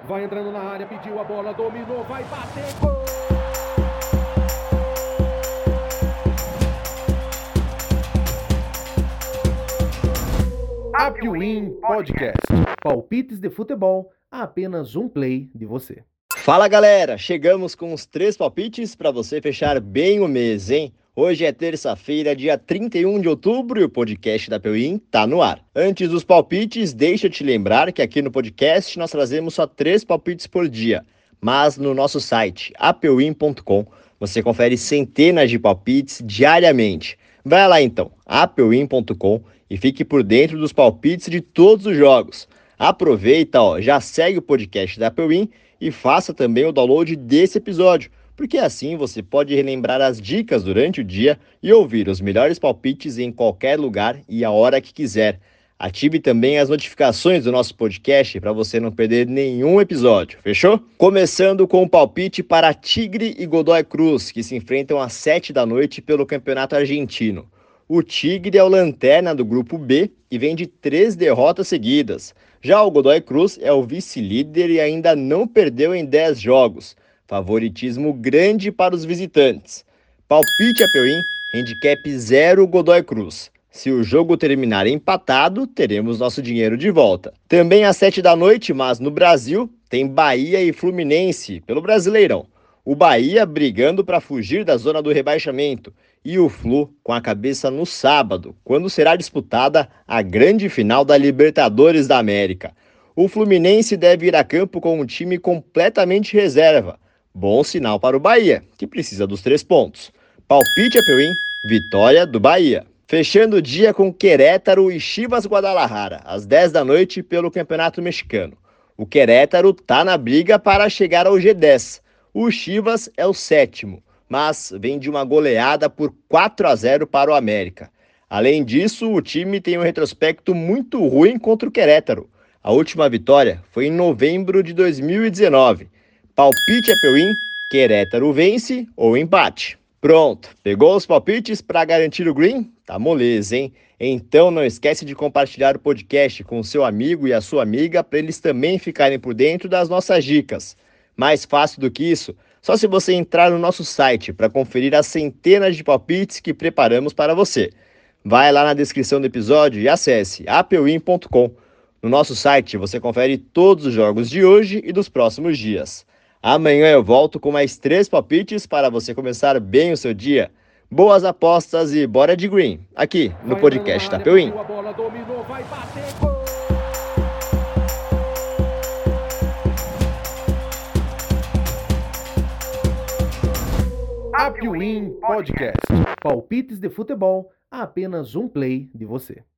Vai entrando na área, pediu a bola, dominou, vai bater, gol! Apwin Podcast. Palpites de futebol a apenas um play de você. Fala galera, chegamos com os 3 palpites para você fechar bem o mês, hein? Hoje é terça-feira, dia 31 de outubro e o podcast da Apwin tá no ar. Antes dos palpites, deixa eu te lembrar que aqui no podcast nós trazemos só 3 palpites por dia, mas no nosso site, apwin.com, você confere centenas de palpites diariamente. Vai lá então, apwin.com, e fique por dentro dos palpites de todos os jogos. Aproveita, já segue o podcast da Apwin e faça também o download desse episódio, porque assim você pode relembrar as dicas durante o dia e ouvir os melhores palpites em qualquer lugar e a hora que quiser. Ative também as notificações do nosso podcast para você não perder nenhum episódio, fechou? Começando com o palpite para Tigre e Godoy Cruz, que se enfrentam às 7 da noite pelo Campeonato Argentino. O Tigre é o lanterna do grupo B e vem de 3 derrotas seguidas. Já o Godoy Cruz é o vice-líder e ainda não perdeu em 10 jogos. Favoritismo grande para os visitantes. Palpite Apwin, handicap 0 Godoy Cruz. Se o jogo terminar empatado, teremos nosso dinheiro de volta. Também às 7 da noite, mas no Brasil, tem Bahia e Fluminense pelo Brasileirão. O Bahia brigando para fugir da zona do rebaixamento e o Flu com a cabeça no sábado, quando será disputada a grande final da Libertadores da América. O Fluminense deve ir a campo com um time completamente reserva. Bom sinal para o Bahia, que precisa dos 3 pontos. Palpite Apwin, vitória do Bahia. Fechando o dia com Querétaro e Chivas Guadalajara, às 10 da noite pelo Campeonato Mexicano. O Querétaro está na briga para chegar ao G10. O Chivas é o 7º, mas vem de uma goleada por 4-0 para o América. Além disso, o time tem um retrospecto muito ruim contra o Querétaro. A última vitória foi em novembro de 2019. Palpite Apwin, Querétaro vence ou empate. Pronto, pegou os palpites para garantir o green? Tá moleza, hein? Então não esquece de compartilhar o podcast com o seu amigo e a sua amiga para eles também ficarem por dentro das nossas dicas. Mais fácil do que isso, só se você entrar no nosso site para conferir as centenas de palpites que preparamos para você. Vai lá na descrição do episódio e acesse apwin.com. No nosso site você confere todos os jogos de hoje e dos próximos dias. Amanhã eu volto com mais 3 palpites para você começar bem o seu dia. Boas apostas e bora de green, aqui no podcast da Apwin. Apwin Podcast. Palpites de futebol a apenas um play de você.